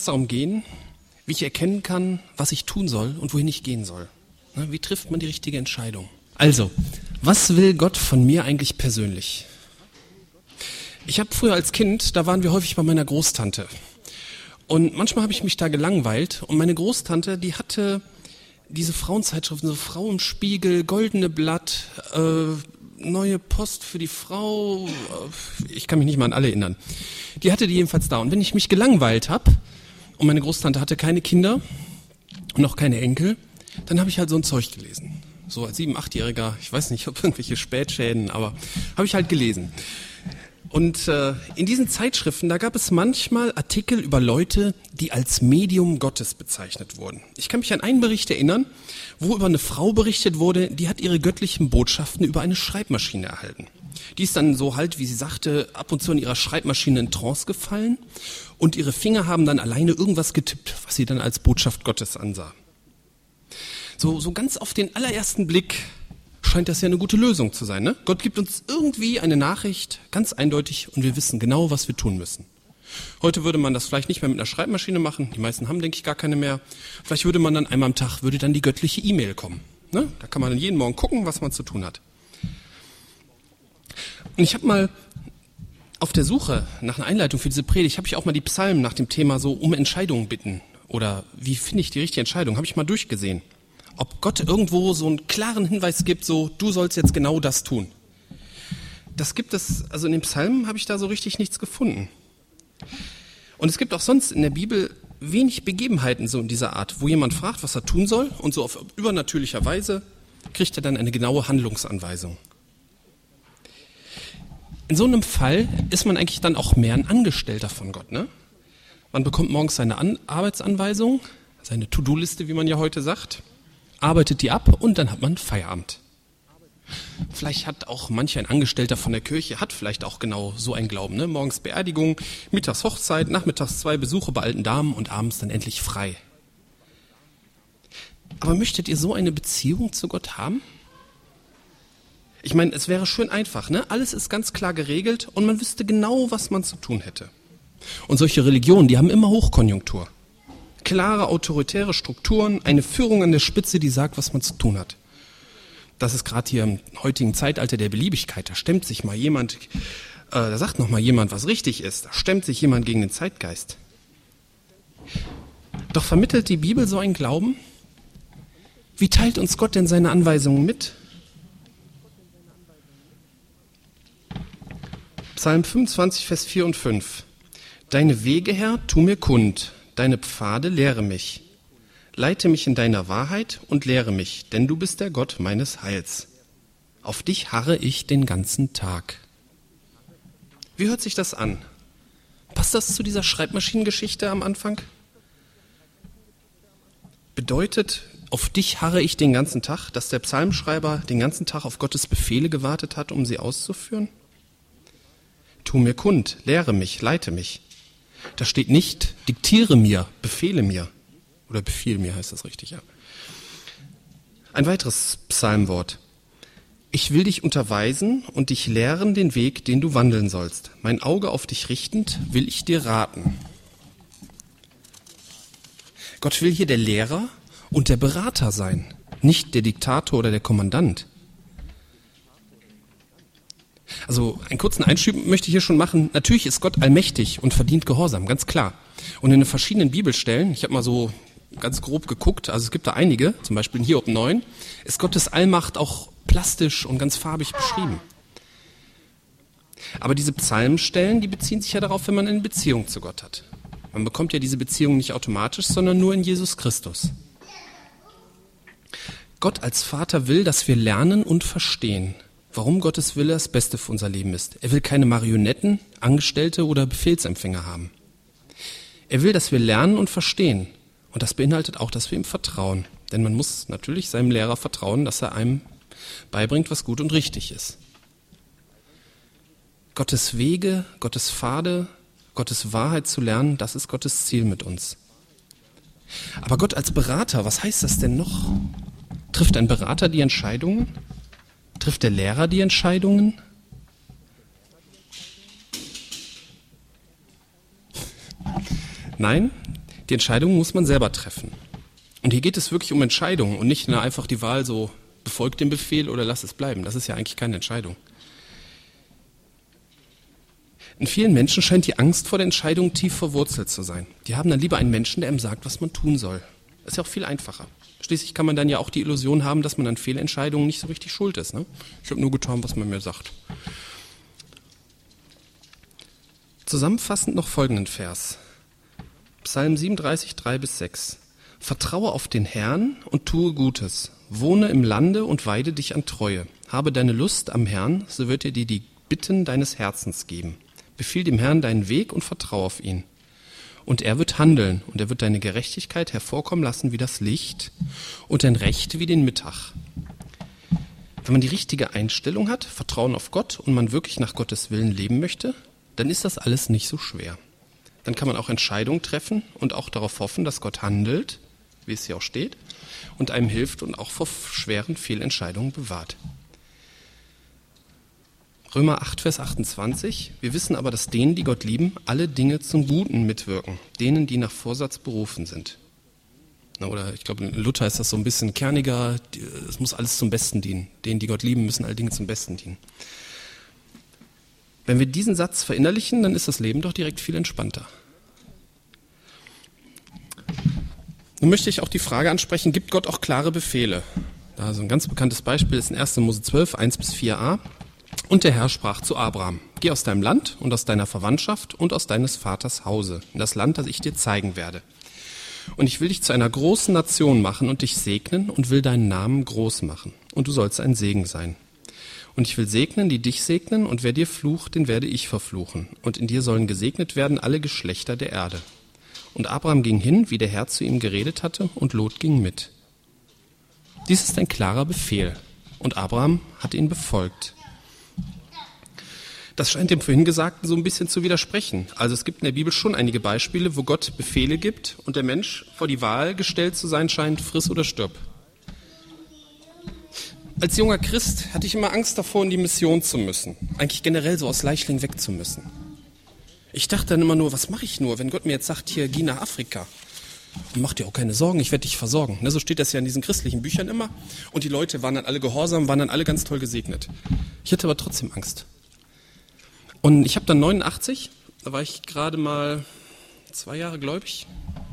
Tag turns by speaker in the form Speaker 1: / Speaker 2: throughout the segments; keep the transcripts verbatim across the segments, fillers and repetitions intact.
Speaker 1: es darum gehen, wie ich erkennen kann, was ich tun soll und wohin ich gehen soll. Wie trifft man die richtige Entscheidung? Also, was will Gott von mir eigentlich persönlich? Ich habe früher als Kind, da waren wir häufig bei meiner Großtante. Und manchmal habe ich mich da gelangweilt. Und meine Großtante, die hatte diese Frauenzeitschriften, so Frau im Spiegel, Goldene Blatt, äh, Neue Post für die Frau. Äh, ich kann mich nicht mal an alle erinnern. Die hatte die jedenfalls da. Und wenn ich mich gelangweilt habe, und meine Großtante hatte keine Kinder und auch keine Enkel, dann habe ich halt so ein Zeug gelesen. So als sieben-, achtjähriger, ich weiß nicht, ob irgendwelche Spätschäden, aber habe ich halt gelesen. Und äh, in diesen Zeitschriften, da gab es manchmal Artikel über Leute, die als Medium Gottes bezeichnet wurden. Ich kann mich an einen Bericht erinnern, wo über eine Frau berichtet wurde, die hat ihre göttlichen Botschaften über eine Schreibmaschine erhalten. Die ist dann so halt, wie sie sagte, ab und zu in ihrer Schreibmaschine in Trance gefallen und ihre Finger haben dann alleine irgendwas getippt, was sie dann als Botschaft Gottes ansah. So, so ganz auf den allerersten Blick scheint das ja eine gute Lösung zu sein, ne? Gott gibt uns irgendwie eine Nachricht, ganz eindeutig, und wir wissen genau, was wir tun müssen. Heute würde man das vielleicht nicht mehr mit einer Schreibmaschine machen, die meisten haben, denke ich, gar keine mehr. Vielleicht würde man dann einmal am Tag, würde dann die göttliche E-Mail kommen. Ne? Da kann man dann jeden Morgen gucken, was man zu tun hat. Und ich habe mal auf der Suche nach einer Einleitung für diese Predigt, habe ich auch mal die Psalmen nach dem Thema so um Entscheidungen bitten. Oder wie finde ich die richtige Entscheidung, habe ich mal durchgesehen. Ob Gott irgendwo so einen klaren Hinweis gibt, so, du sollst jetzt genau das tun. Das gibt es, also in den Psalmen habe ich da so richtig nichts gefunden. Und es gibt auch sonst in der Bibel wenig Begebenheiten so in dieser Art, wo jemand fragt, was er tun soll, und so auf übernatürlicher Weise kriegt er dann eine genaue Handlungsanweisung. In so einem Fall ist man eigentlich dann auch mehr ein Angestellter von Gott, ne? Man bekommt morgens seine An- Arbeitsanweisung, seine To-Do-Liste, wie man ja heute sagt, arbeitet die ab und dann hat man Feierabend. Vielleicht hat auch manch ein Angestellter von der Kirche, hat vielleicht auch genau so einen Glauben, ne? Morgens Beerdigung, mittags Hochzeit, nachmittags zwei Besuche bei alten Damen und abends dann endlich frei. Aber möchtet ihr so eine Beziehung zu Gott haben? Ich meine, es wäre schön einfach, ne? Alles ist ganz klar geregelt und man wüsste genau, was man zu tun hätte. Und solche Religionen, die haben immer Hochkonjunktur. Klare autoritäre Strukturen, eine Führung an der Spitze, die sagt, was man zu tun hat. Das ist gerade hier im heutigen Zeitalter der Beliebigkeit. Da stemmt sich mal jemand, äh, da sagt noch mal jemand, was richtig ist. Da stemmt sich jemand gegen den Zeitgeist. Doch vermittelt die Bibel so einen Glauben? Wie teilt uns Gott denn seine Anweisungen mit? Psalm fünfundzwanzig, Vers vier und fünf. Deine Wege, Herr, tu mir kund. Deine Pfade lehre mich. Leite mich in deiner Wahrheit und lehre mich, denn du bist der Gott meines Heils. Auf dich harre ich den ganzen Tag. Wie hört sich das an? Passt das zu dieser Schreibmaschinengeschichte am Anfang? Bedeutet, auf dich harre ich den ganzen Tag, dass der Psalmschreiber den ganzen Tag auf Gottes Befehle gewartet hat, um sie auszuführen? Tu mir kund, lehre mich, leite mich. Da steht nicht, diktiere mir, befehle mir. Oder befiehl mir heißt das richtig, ja. Ein weiteres Psalmwort. Ich will dich unterweisen und dich lehren den Weg, den du wandeln sollst. Mein Auge auf dich richtend, will ich dir raten. Gott will hier der Lehrer und der Berater sein, nicht der Diktator oder der Kommandant. Also einen kurzen Einschub möchte ich hier schon machen. Natürlich ist Gott allmächtig und verdient Gehorsam, ganz klar. Und in den verschiedenen Bibelstellen, ich habe mal so ganz grob geguckt, also es gibt da einige, zum Beispiel in Hiob neun, ist Gottes Allmacht auch plastisch und ganz farbig beschrieben. Aber diese Psalmstellen, die beziehen sich ja darauf, wenn man eine Beziehung zu Gott hat. Man bekommt ja diese Beziehung nicht automatisch, sondern nur in Jesus Christus. Gott als Vater will, dass wir lernen und verstehen, warum Gottes Wille das Beste für unser Leben ist. Er will keine Marionetten, Angestellte oder Befehlsempfänger haben. Er will, dass wir lernen und verstehen. Und das beinhaltet auch, dass wir ihm vertrauen. Denn man muss natürlich seinem Lehrer vertrauen, dass er einem beibringt, was gut und richtig ist. Gottes Wege, Gottes Pfade, Gottes Wahrheit zu lernen, das ist Gottes Ziel mit uns. Aber Gott als Berater, was heißt das denn noch? Trifft ein Berater die Entscheidungen? Trifft der Lehrer die Entscheidungen? Nein, Die Entscheidung muss man selber treffen. Und hier geht es wirklich um Entscheidungen und nicht nur einfach die Wahl so, befolg den Befehl oder lass es bleiben. Das ist ja eigentlich keine Entscheidung. In vielen Menschen scheint die Angst vor der Entscheidung tief verwurzelt zu sein. Die haben dann lieber einen Menschen, der ihm sagt, was man tun soll. Das ist ja auch viel einfacher. Schließlich kann man dann ja auch die Illusion haben, dass man an Fehlentscheidungen nicht so richtig schuld ist. Ne? Ich habe nur getan, was man mir sagt. Zusammenfassend noch folgenden Vers. Psalm siebenunddreißig, drei bis sechs. Vertraue auf den Herrn und tue Gutes. Wohne im Lande und weide dich an Treue. Habe deine Lust am Herrn, so wird er dir die Bitten deines Herzens geben. Befiehl dem Herrn deinen Weg und vertraue auf ihn. Und er wird handeln, und er wird deine Gerechtigkeit hervorkommen lassen wie das Licht und dein Recht wie den Mittag. Wenn man die richtige Einstellung hat, Vertrauen auf Gott und man wirklich nach Gottes Willen leben möchte, dann ist das alles nicht so schwer. Dann kann man auch Entscheidungen treffen und auch darauf hoffen, dass Gott handelt, wie es hier auch steht, und einem hilft und auch vor schweren Fehlentscheidungen bewahrt. Römer acht, Vers achtundzwanzig. Wir wissen aber, dass denen, die Gott lieben, alle Dinge zum Guten mitwirken, denen, die nach Vorsatz berufen sind. Na, oder ich glaube, in Luther ist das so ein bisschen kerniger, es muss alles zum Besten dienen. Denen, die Gott lieben, müssen alle Dinge zum Besten dienen. Wenn wir diesen Satz verinnerlichen, dann ist das Leben doch direkt viel entspannter. Nun möchte ich auch die Frage ansprechen, gibt Gott auch klare Befehle? Also ein ganz bekanntes Beispiel ist in erster Mose zwölf, eins bis vier a. Und der Herr sprach zu Abraham, geh aus deinem Land und aus deiner Verwandtschaft und aus deines Vaters Hause, in das Land, das ich dir zeigen werde. Und ich will dich zu einer großen Nation machen und dich segnen und will deinen Namen groß machen. Und du sollst ein Segen sein. Und ich will segnen, die dich segnen, und wer dir flucht, den werde ich verfluchen. Und in dir sollen gesegnet werden alle Geschlechter der Erde. Und Abraham ging hin, wie der Herr zu ihm geredet hatte, und Lot ging mit. Dies ist ein klarer Befehl. Und Abraham hat ihn befolgt. Das scheint dem vorhin Gesagten so ein bisschen zu widersprechen. Also es gibt in der Bibel schon einige Beispiele, wo Gott Befehle gibt und der Mensch vor die Wahl gestellt zu sein scheint, friss oder stirb. Als junger Christ hatte ich immer Angst davor, in die Mission zu müssen. Eigentlich generell so aus Leichling weg zu müssen. Ich dachte dann immer nur, was mache ich nur, wenn Gott mir jetzt sagt, hier, geh nach Afrika. Und mach dir auch keine Sorgen, ich werde dich versorgen. Ne, so steht das ja in diesen christlichen Büchern immer. Und die Leute waren dann alle gehorsam, waren dann alle ganz toll gesegnet. Ich hatte aber trotzdem Angst. Und ich habe dann neunundachtzig, da war ich gerade mal zwei Jahre gläubig.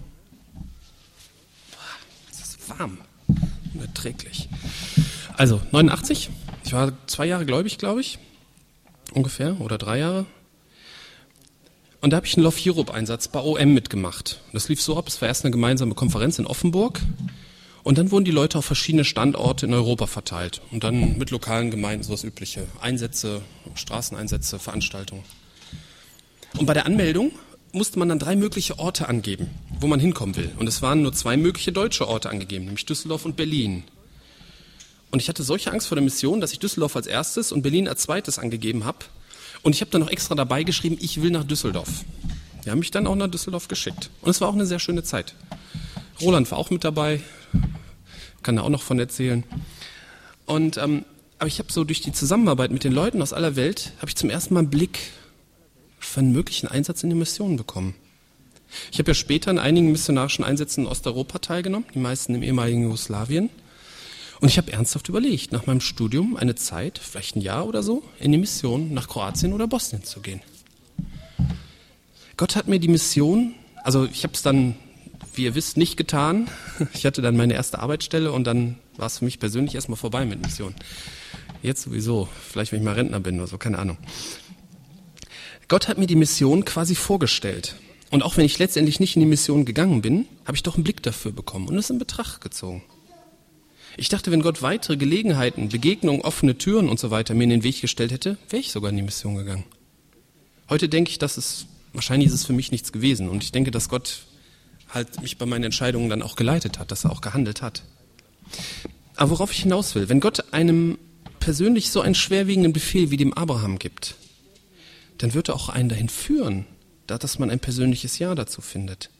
Speaker 1: Boah, es ist warm, unerträglich. Also neunundachtzig, ich war zwei Jahre gläubig, glaube ich, ungefähr, oder drei Jahre. Und da habe ich einen Love Europe-Einsatz bei O M mitgemacht. Das lief so ab, es war erst eine gemeinsame Konferenz in Offenburg. Und dann wurden die Leute auf verschiedene Standorte in Europa verteilt. Und dann mit lokalen Gemeinden, so das Übliche. Einsätze, Straßeneinsätze, Veranstaltungen. Und bei der Anmeldung musste man dann drei mögliche Orte angeben, wo man hinkommen will. Und es waren nur zwei mögliche deutsche Orte angegeben, nämlich Düsseldorf und Berlin. Und ich hatte solche Angst vor der Mission, dass ich Düsseldorf als erstes und Berlin als zweites angegeben habe. Und ich habe dann noch extra dabei geschrieben, ich will nach Düsseldorf. Die haben mich dann auch nach Düsseldorf geschickt. Und es war auch eine sehr schöne Zeit. Roland war auch mit dabei, kann da auch noch von erzählen. Und ähm, aber ich habe so durch die Zusammenarbeit mit den Leuten aus aller Welt, habe ich zum ersten Mal einen Blick für einen möglichen Einsatz in den Missionen bekommen. Ich habe ja später in einigen missionarischen Einsätzen in Osteuropa teilgenommen, die meisten im ehemaligen Jugoslawien. Und ich habe ernsthaft überlegt, nach meinem Studium eine Zeit, vielleicht ein Jahr oder so, in die Mission nach Kroatien oder Bosnien zu gehen. Gott hat mir die Mission, also ich habe es dann, wie ihr wisst, nicht getan. Ich hatte dann meine erste Arbeitsstelle und dann war es für mich persönlich erstmal vorbei mit Mission. Jetzt sowieso, vielleicht wenn ich mal Rentner bin oder so, keine Ahnung. Gott hat mir die Mission quasi vorgestellt. Und auch wenn ich letztendlich nicht in die Mission gegangen bin, habe ich doch einen Blick dafür bekommen und es in Betracht gezogen. Ich dachte, wenn Gott weitere Gelegenheiten, Begegnungen, offene Türen und so weiter mir in den Weg gestellt hätte, wäre ich sogar in die Mission gegangen. Heute denke ich, dass es, wahrscheinlich ist es für mich nichts gewesen. Und ich denke, dass Gott halt mich bei meinen Entscheidungen dann auch geleitet hat, dass er auch gehandelt hat. Aber worauf ich hinaus will, wenn Gott einem persönlich so einen schwerwiegenden Befehl wie dem Abraham gibt, dann wird er auch einen dahin führen, dass man ein persönliches Ja dazu findet.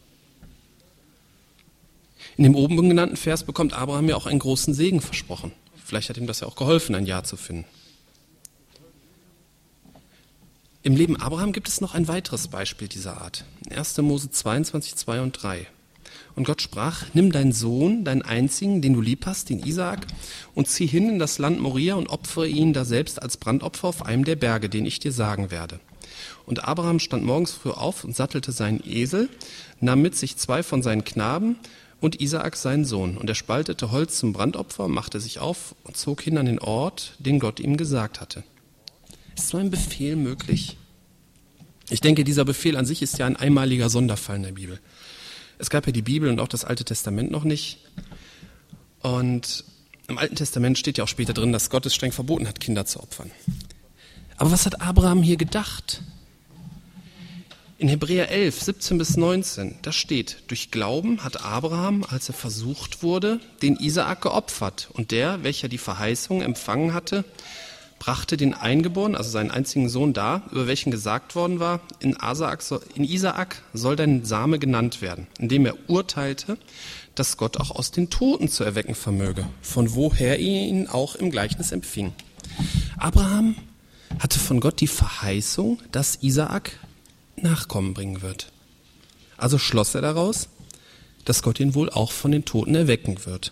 Speaker 1: In dem oben genannten Vers bekommt Abraham ja auch einen großen Segen versprochen. Vielleicht hat ihm das ja auch geholfen, ein Ja zu finden. Im Leben Abraham gibt es noch ein weiteres Beispiel dieser Art. erster Mose zweiundzwanzig, zwei und drei. Und Gott sprach, nimm deinen Sohn, deinen einzigen, den du lieb hast, den Isaak, und zieh hin in das Land Moria und opfere ihn da selbst als Brandopfer auf einem der Berge, den ich dir sagen werde. Und Abraham stand morgens früh auf und sattelte seinen Esel, nahm mit sich zwei von seinen Knaben und Isaak seinen Sohn. Und er spaltete Holz zum Brandopfer, machte sich auf und zog hin an den Ort, den Gott ihm gesagt hatte. Ist so ein Befehl möglich? Ich denke, dieser Befehl an sich ist ja ein einmaliger Sonderfall in der Bibel. Es gab ja die Bibel und auch das Alte Testament noch nicht. Und im Alten Testament steht ja auch später drin, dass Gott es streng verboten hat, Kinder zu opfern. Aber was hat Abraham hier gedacht? In Hebräer elf, siebzehn bis neunzehn, da steht, durch Glauben hat Abraham, als er versucht wurde, den Isaak geopfert. Und der, welcher die Verheißung empfangen hatte, brachte den Eingeborenen, also seinen einzigen Sohn dar, über welchen gesagt worden war, in Isaak, in Isaak soll dein Same genannt werden, indem er urteilte, dass Gott auch aus den Toten zu erwecken vermöge, von woher er ihn auch im Gleichnis empfing. Abraham hatte von Gott die Verheißung, dass Isaak Nachkommen bringen wird. Also schloss er daraus, dass Gott ihn wohl auch von den Toten erwecken wird.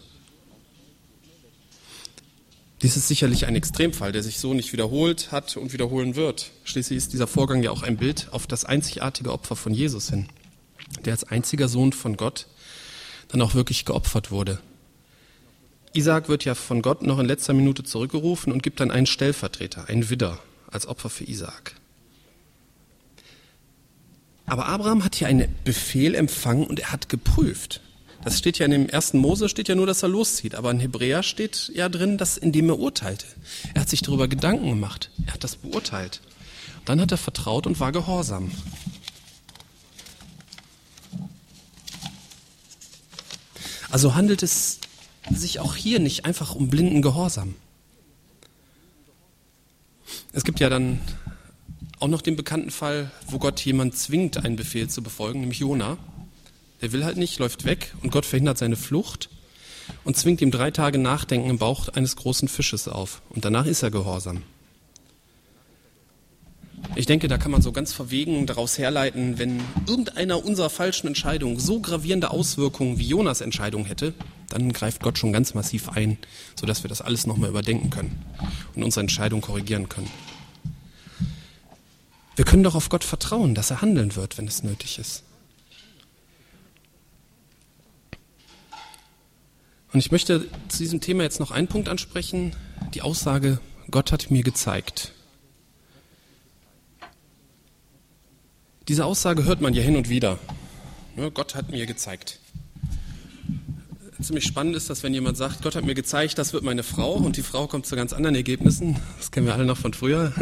Speaker 1: Dies ist sicherlich ein Extremfall, der sich so nicht wiederholt hat und wiederholen wird. Schließlich ist dieser Vorgang ja auch ein Bild auf das einzigartige Opfer von Jesus hin, der als einziger Sohn von Gott dann auch wirklich geopfert wurde. Isaak wird ja von Gott noch in letzter Minute zurückgerufen und gibt dann einen Stellvertreter, einen Widder, als Opfer für Isaak. Aber Abraham hat hier einen Befehl empfangen und er hat geprüft. Das steht ja in dem ersten Mose, steht ja nur, dass er loszieht. Aber in Hebräer steht ja drin, dass indem er urteilte. Er hat sich darüber Gedanken gemacht. Er hat das beurteilt. Dann hat er vertraut und war gehorsam. Also handelt es sich auch hier nicht einfach um blinden Gehorsam. Es gibt ja dann auch noch den bekannten Fall, wo Gott jemand zwingt, einen Befehl zu befolgen, nämlich Jona. Der will halt nicht, läuft weg und Gott verhindert seine Flucht und zwingt ihm drei Tage Nachdenken im Bauch eines großen Fisches auf. Und danach ist er gehorsam. Ich denke, da kann man so ganz verwegen daraus herleiten, wenn irgendeiner unserer falschen Entscheidungen so gravierende Auswirkungen wie Jonas Entscheidung hätte, dann greift Gott schon ganz massiv ein, sodass wir das alles nochmal überdenken können und unsere Entscheidung korrigieren können. Wir können doch auf Gott vertrauen, dass er handeln wird, wenn es nötig ist. Und ich möchte zu diesem Thema jetzt noch einen Punkt ansprechen, die Aussage, Gott hat mir gezeigt. Diese Aussage hört man ja hin und wieder. Ja, Gott hat mir gezeigt. Ziemlich spannend ist das, wenn jemand sagt, Gott hat mir gezeigt, das wird meine Frau, und die Frau kommt zu ganz anderen Ergebnissen. Das kennen wir alle noch von früher.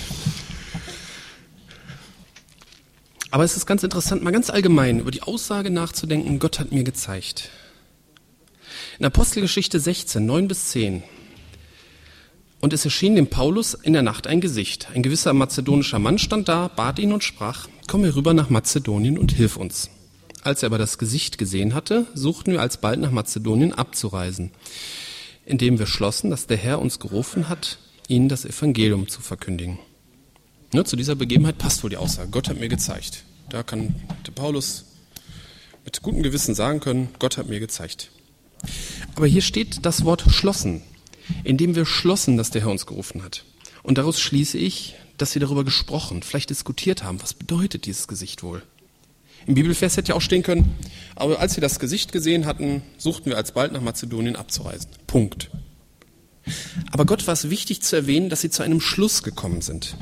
Speaker 1: Aber es ist ganz interessant, mal ganz allgemein über die Aussage nachzudenken, Gott hat mir gezeigt. In Apostelgeschichte sechzehn, neun bis zehn. Und es erschien dem Paulus in der Nacht ein Gesicht. Ein gewisser mazedonischer Mann stand da, bat ihn und sprach, komm herüber nach Mazedonien und hilf uns. Als er aber das Gesicht gesehen hatte, suchten wir alsbald nach Mazedonien abzureisen, indem wir schlossen, dass der Herr uns gerufen hat, ihnen das Evangelium zu verkündigen. Ne, zu dieser Begebenheit passt wohl die Aussage, Gott hat mir gezeigt. Da kann der Paulus mit gutem Gewissen sagen können, Gott hat mir gezeigt. Aber hier steht das Wort schlossen, indem wir schlossen, dass der Herr uns gerufen hat. Und daraus schließe ich, dass sie darüber gesprochen, vielleicht diskutiert haben, was bedeutet dieses Gesicht wohl. Im Bibelvers hätte ja auch stehen können, aber als wir das Gesicht gesehen hatten, suchten wir alsbald nach Mazedonien abzureisen. Punkt. Aber Gott war es wichtig zu erwähnen, dass sie zu einem Schluss gekommen sind.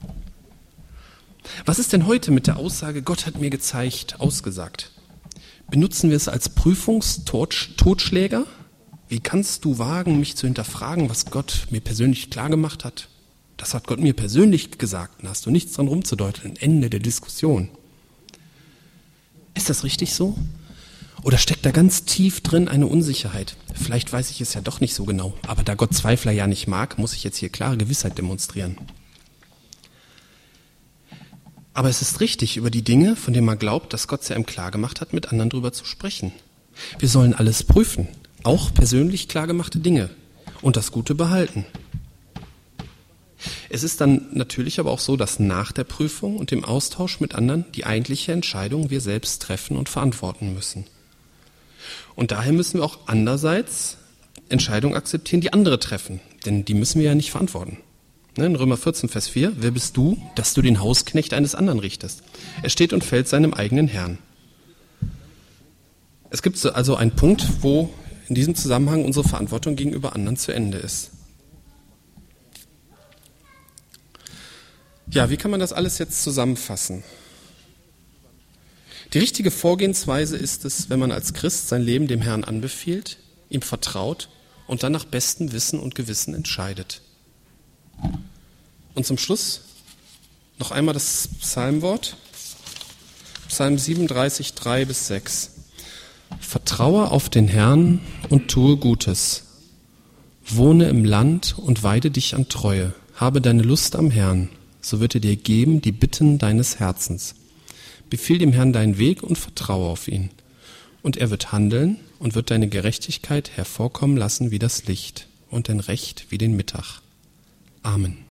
Speaker 1: Was ist denn heute mit der Aussage, Gott hat mir gezeigt, ausgesagt? Benutzen wir es als Prüfungstotschläger? Wie kannst du wagen, mich zu hinterfragen, was Gott mir persönlich klargemacht hat? Das hat Gott mir persönlich gesagt, da hast du nichts dran rumzudeuten. Ende der Diskussion. Ist das richtig so? Oder steckt da ganz tief drin eine Unsicherheit? Vielleicht weiß ich es ja doch nicht so genau, aber da Gott Zweifler ja nicht mag, muss ich jetzt hier klare Gewissheit demonstrieren. Aber es ist richtig, über die Dinge, von denen man glaubt, dass Gott sie einem klargemacht hat, mit anderen drüber zu sprechen. Wir sollen alles prüfen, auch persönlich klargemachte Dinge und das Gute behalten. Es ist dann natürlich aber auch so, dass nach der Prüfung und dem Austausch mit anderen die eigentliche Entscheidung wir selbst treffen und verantworten müssen. Und daher müssen wir auch andererseits Entscheidungen akzeptieren, die andere treffen, denn die müssen wir ja nicht verantworten. In Römer vierzehn, Vers vier, wer bist du, dass du den Hausknecht eines anderen richtest? Er steht und fällt seinem eigenen Herrn. Es gibt also einen Punkt, wo in diesem Zusammenhang unsere Verantwortung gegenüber anderen zu Ende ist. Ja, wie kann man das alles jetzt zusammenfassen? Die richtige Vorgehensweise ist es, wenn man als Christ sein Leben dem Herrn anbefiehlt, ihm vertraut und dann nach bestem Wissen und Gewissen entscheidet. Und zum Schluss noch einmal das Psalmwort, Psalm siebenunddreißig, drei bis sechs. Vertraue auf den Herrn und tue Gutes. Wohne im Land und weide dich an Treue. Habe deine Lust am Herrn, so wird er dir geben die Bitten deines Herzens. Befiehl dem Herrn deinen Weg und vertraue auf ihn. Und er wird handeln und wird deine Gerechtigkeit hervorkommen lassen wie das Licht und dein Recht wie den Mittag. Amen.